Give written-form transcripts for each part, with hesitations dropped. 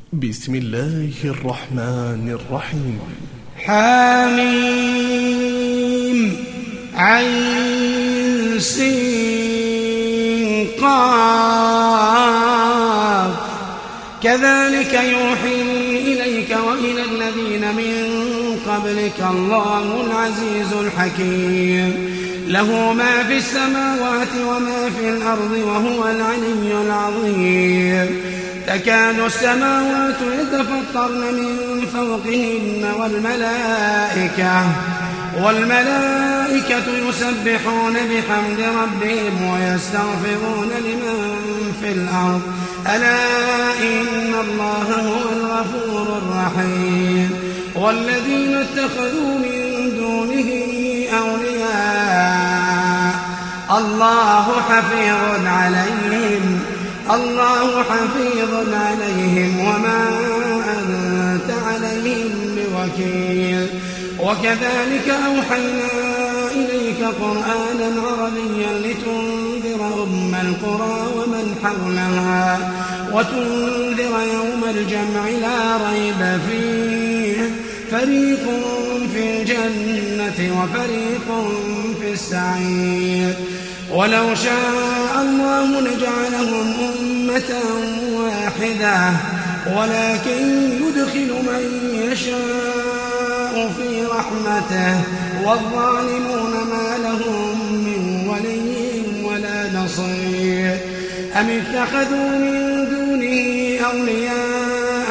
بسم الله الرحمن الرحيم. حميم عين سين قاف كذلك يوحي إليك وإلى الذين من قبلك الله العزيز الحكيم له ما في السماوات وما في الأرض وهو العلي العظيم تكاد السماوات يتفطرن من فوقهن والملائكة يسبحون بحمد ربهم ويستغفرون لمن في الأرض ألا إن الله هو الغفور الرحيم والذين اتخذوا من دونه أولياء الله حفيظ عليهم وما أنت عليهم بوكيل وكذلك أوحينا إليك قرآنا عربيا لتنذر أم القرى ومن حولها وتنذر يوم الجمع لا ريب فيه فريق في الجنة وفريق في السعير ولو شاء الله لجعلهم أمة واحدة ولكن يدخل من يشاء في رحمته والظالمون ما لهم من ولي ولا نصير أم اتخذوا من دونه أولياء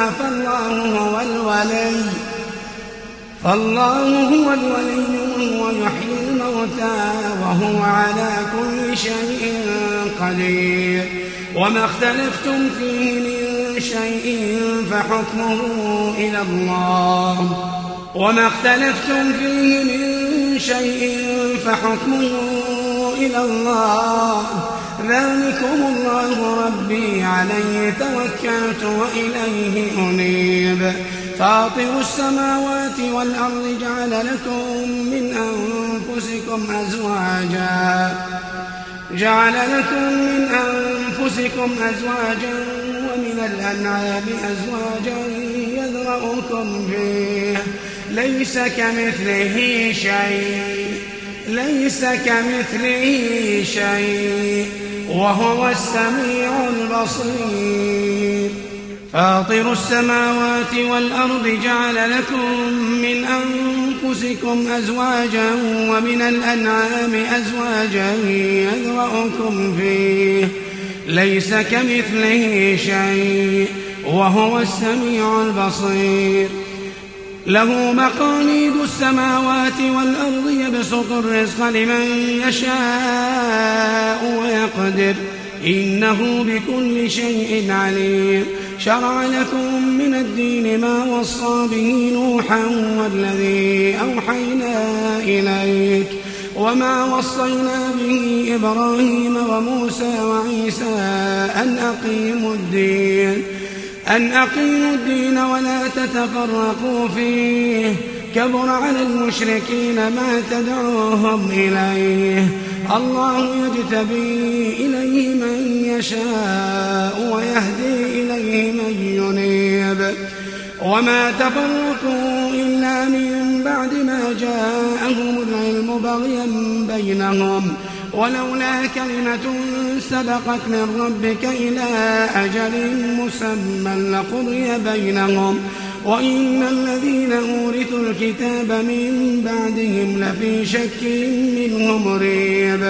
فالله هو الولي وهو يحيي الموتى وهو على كل شيء قدير وما اختلفتم فيه من شيء فحكمه إلى الله ذلكم الله ربي عليه توكلت وإليه أنيب فاطر السماوات والأرض جعل لكم من أنفسكم أزواجا ومن الأنعام أزواجا يذرأكم فيه ليس كمثله شيء وهو السميع البصير فاطر السماوات والأرض جعل لكم من أنفسكم أزواجا ومن الأنعام أزواجا يذرأكم فيه ليس كمثله شيء وهو السميع البصير له مقاليد السماوات والأرض يبسط الرزق لمن يشاء ويقدر إنه بكل شيء عليم شرع لكم من الدين ما وصى به نوحا والذي أوحينا إليك وما وصينا به إبراهيم وموسى وعيسى أن أقيموا الدين ولا تتفرقوا فيه كبر على المشركين ما تدعوهم إليه الله يجتبي إليه من يشاء ويهدي إليه من ينيب وما تفرقوا إلا من بعد ما جاءهم العلم بغيا بينهم ولولا كلمة سبقت من ربك إلى أجل مسمى لقضي بينهم وإن الذين أورثوا الكتاب من بعدهم لفي شك منه مريب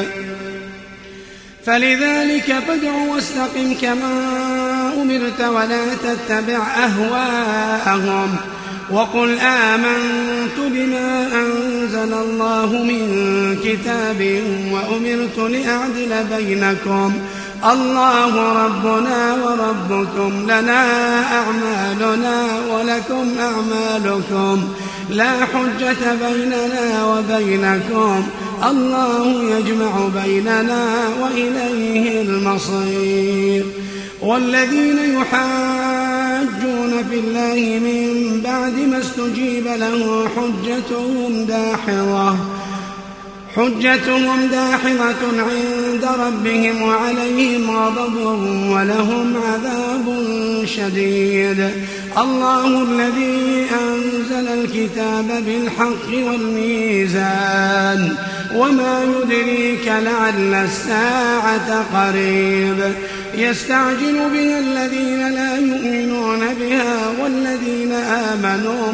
فلذلك فادع واستقم كما أمرت ولا تتبع أهواءهم وقل آمنت بما أنزل الله من كتاب وأمرت لأعدل بينكم الله ربنا وربكم لنا أعمالنا ولكم أعمالكم لا حجة بيننا وبينكم الله يجمع بيننا وإليه المصير والذين يحاجون في الله من بعد ما استجيب له حجتهم داحضة عند ربهم وعليهم غضب ولهم عذاب شديد. الله الذي أنزل الكتاب بالحق والميزان وما يدريك لعل الساعة قريب. يستعجل بها الذين لا يؤمنون بها والذين آمنوا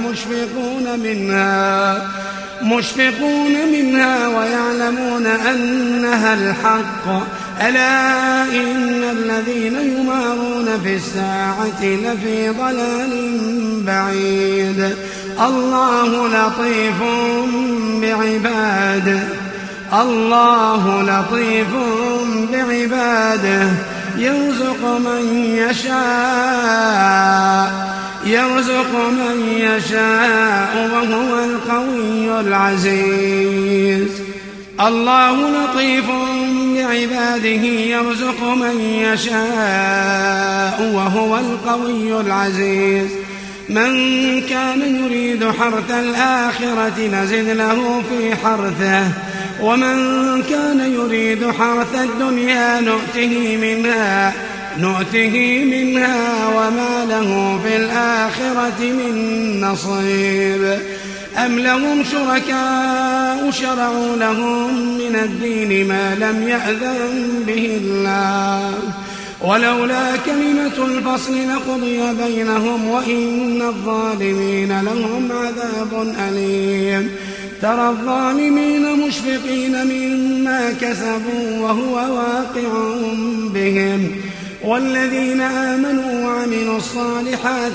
مشفقون منها ويعلمون أنها الحق. ألا إن الذين يمارون في الساعة لفي ضلال بعيد. الله لطيف بعباده يرزق من يشاء وهو القوي العزيز. الله لطيف بعباده يرزق من يشاء وهو القوي العزيز. من كان يريد حرث الآخرة نزد له في حرثه ومن كان يريد حرث الدنيا نؤته منها وما له في الآخرة من نصيب. أم لهم شركاء شرعوا لهم من الدين ما لم يأذن به الله ولولا كلمة الفصل لقضي بينهم وإن الظالمين لهم عذاب أليم. ترى الظالمين مشفقين مما كسبوا وهو واقع بهم والذين آمنوا وعملوا الصالحات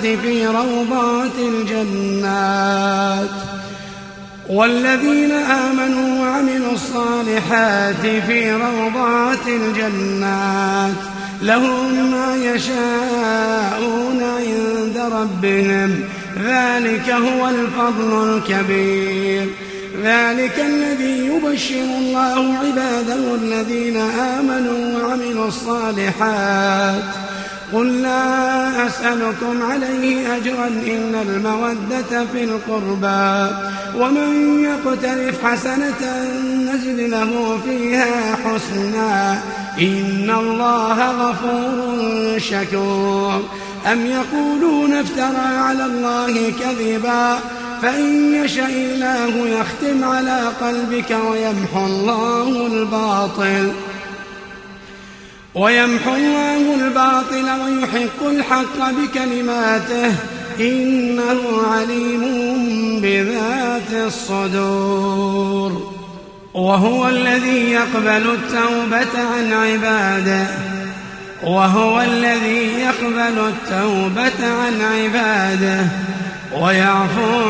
في روضات الجنات لهم ما يشاءون عند ربهم ذلك هو الفضل الكبير. ذلك الذي يبشر الله عباده الذين آمنوا وعملوا الصالحات. قل لا أسألكم عليه أجرا إن المودة في القربى ومن يقترف حسنة نزد له فيها حسنا إن الله غفور شكور. أم يقولون افترى على الله كذبا فإن يشاء الله يختم على قلبك ويمحو الله الباطل ويحق الحق بكلماته إنه عليم بذات الصدور. وهو الذي يقبل التوبة عن عباده ويعفو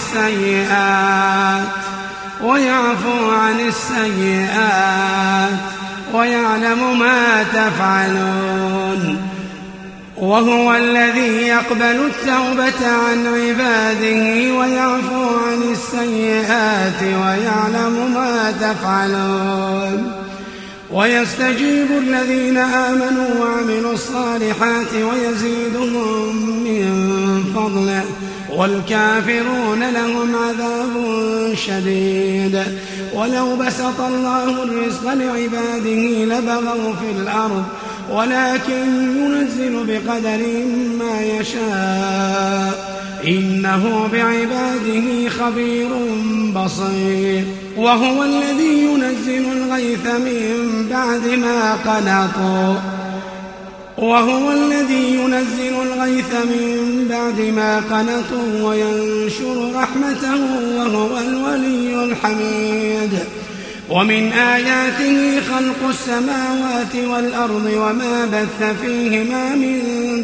عن السيئات ويعلم ما تفعلون. وهو الذي يقبل التوبة عن عباده ويعفو عن السيئات ويعلم ما تفعلون. ويستجيب الذين آمنوا وعملوا الصالحات ويزيدهم من فضله والكافرون لهم عذاب شديد. ولو بسط الله الرزق لعباده لبغوا في الأرض ولكن ينزل بقدر ما يشاء إنه بعباده خبير بصير. وهو الذي ينزل الغيث من بعد ما قنطوا وينشر رحمته وهو الولي الحميد. ومن آياته خلق السماوات والأرض وما بث فيهما من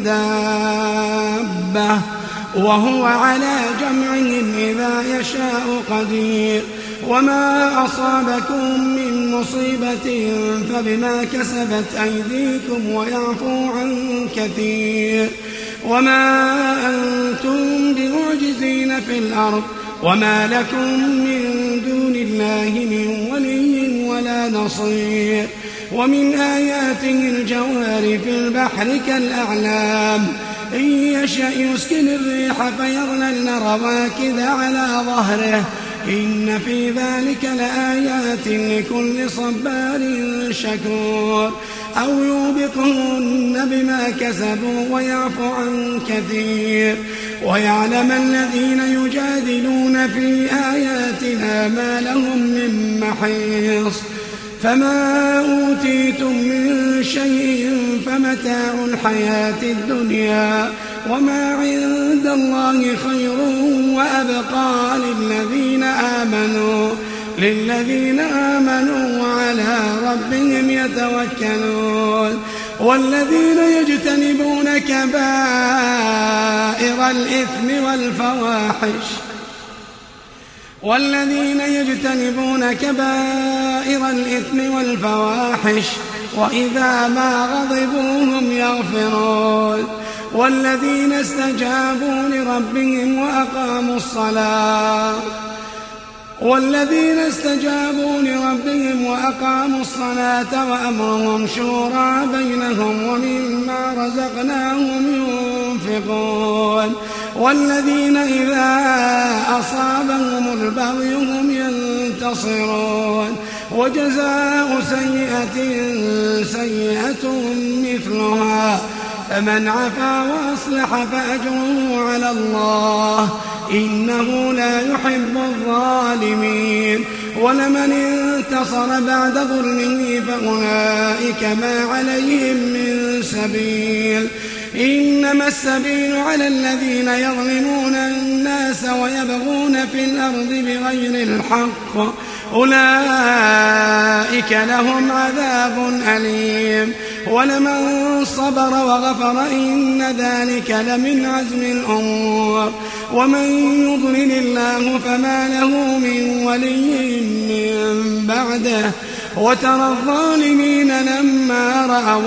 دابة وهو على جمعهم إذا يشاء قدير. وما أصابكم من مصيبة فبما كسبت أيديكم ويعفو عن كثير. وما أنتم بمعجزين في الأرض وما لكم من دون الله من ولي ولا نصير. ومن آياته الجوار في البحر كالأعلام إن يشأ يسكن الريح فيظللن رواكد على ظهره إن في ذلك لآيات لكل صبار شكور أو يوبقهن بما كسبوا ويعفو عن كثير ويعلم الذين يجادلون في آياتنا ما لهم من محيص فما أوتيتم من شيء فمتاع الحياة الدنيا وما عند الله خير وأبقى للذين آمنوا وعلى ربهم يتوكلون والذين يجتنبون كبائر الإثم والفواحش وإذا ما غضبوا هم يغفرون والذين استجابوا لربهم وأقاموا الصلاة وأمرهم شورى بينهم ومما رزقناهم ينفقون والذين إذا أصابهم البغي هم ينتصرون وجزاء سيئة مثلها فمن عفا وأصلح فأجره على الله إنه لا يحب الظالمين ولمن انتصر بعد ظلمه فأولئك ما عليهم من سبيل إنما السبيل على الذين يظلمون الناس ويبغون في الأرض بغير الحق أولئك لهم عذاب أليم ولمن صبر وغفر إن ذلك لمن عزم الأمور ومن يضلل الله فما له من ولي من بعده وترى الظالمين لما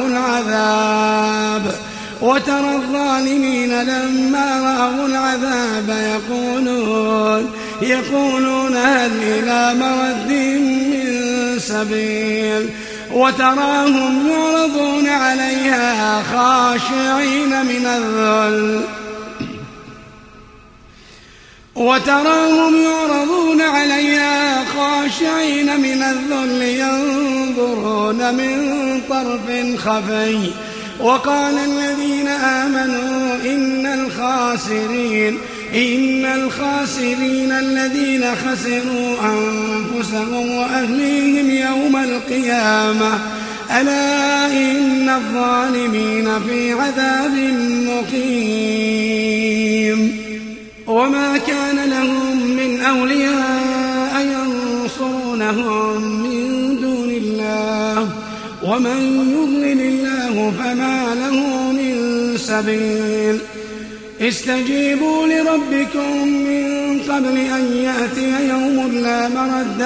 رأوا العذاب يقولون هل إلى مرد من سبيل وتراهم يعرضون عليها خاشعين من الذل ينظرون من طرف خفي وقال الذين آمنوا إن الخاسرين الذين خسروا أنفسهم وأهليهم يوم القيامة ألا إن الظالمين في عذاب مقيم وما كان لهم من أولياء ينصرونهم من دون الله ومن يضلل الله فما له من سبيل استجيبوا لربكم من قبل أن يأتي يوم لا مرد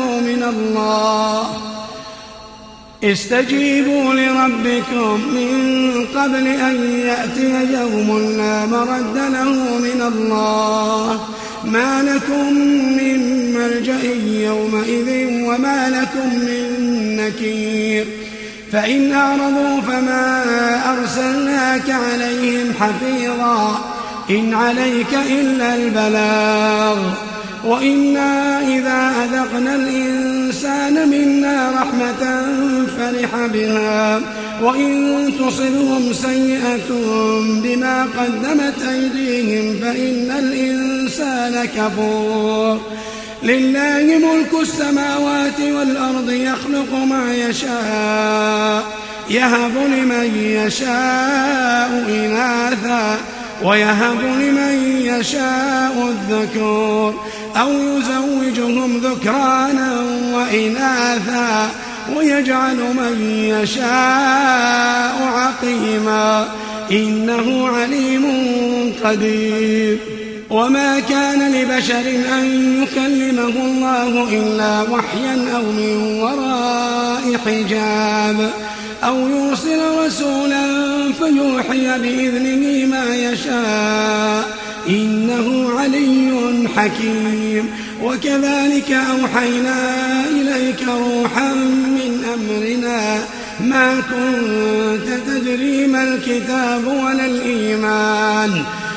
له من الله ما لكم من ملجأ يومئذ وما لكم من نكير فإن أعرضوا فما أرسلناك عليهم حفيظا إن عليك إلا البلاغ وإنا إذا أذقنا الإنسان منا رحمة فرح بها وإن تصبهم سيئة بما قدمت أيديهم فإن الإنسان كفور لله ملك السماوات والأرض يخلق ما يشاء يهب لمن يشاء إناثا ويهب لمن يشاء الذكور أو يزوجهم ذكرانا وإناثا ويجعل من يشاء عقيما إنه عليم قدير وما كان لبشر أن يكلمه الله إلا وحيا أو من وراء حجاب أو يرسل رسولا فيوحي بإذنه ما يشاء إنه علي حكيم وكذلك أوحينا إليك روحا من أمرنا ما كنت تدري ما الكتاب ولا الإيمان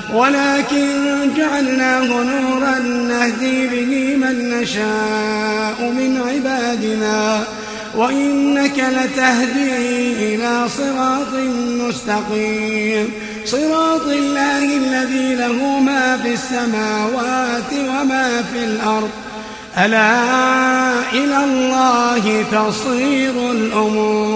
ولكن جعلناه نورا نهدي به من نشاء من عبادنا وإنك لتهدي إلى صراط مستقيم صراط الله الذي له ما في السماوات وما في الأرض ألا إلى الله تصير الأمور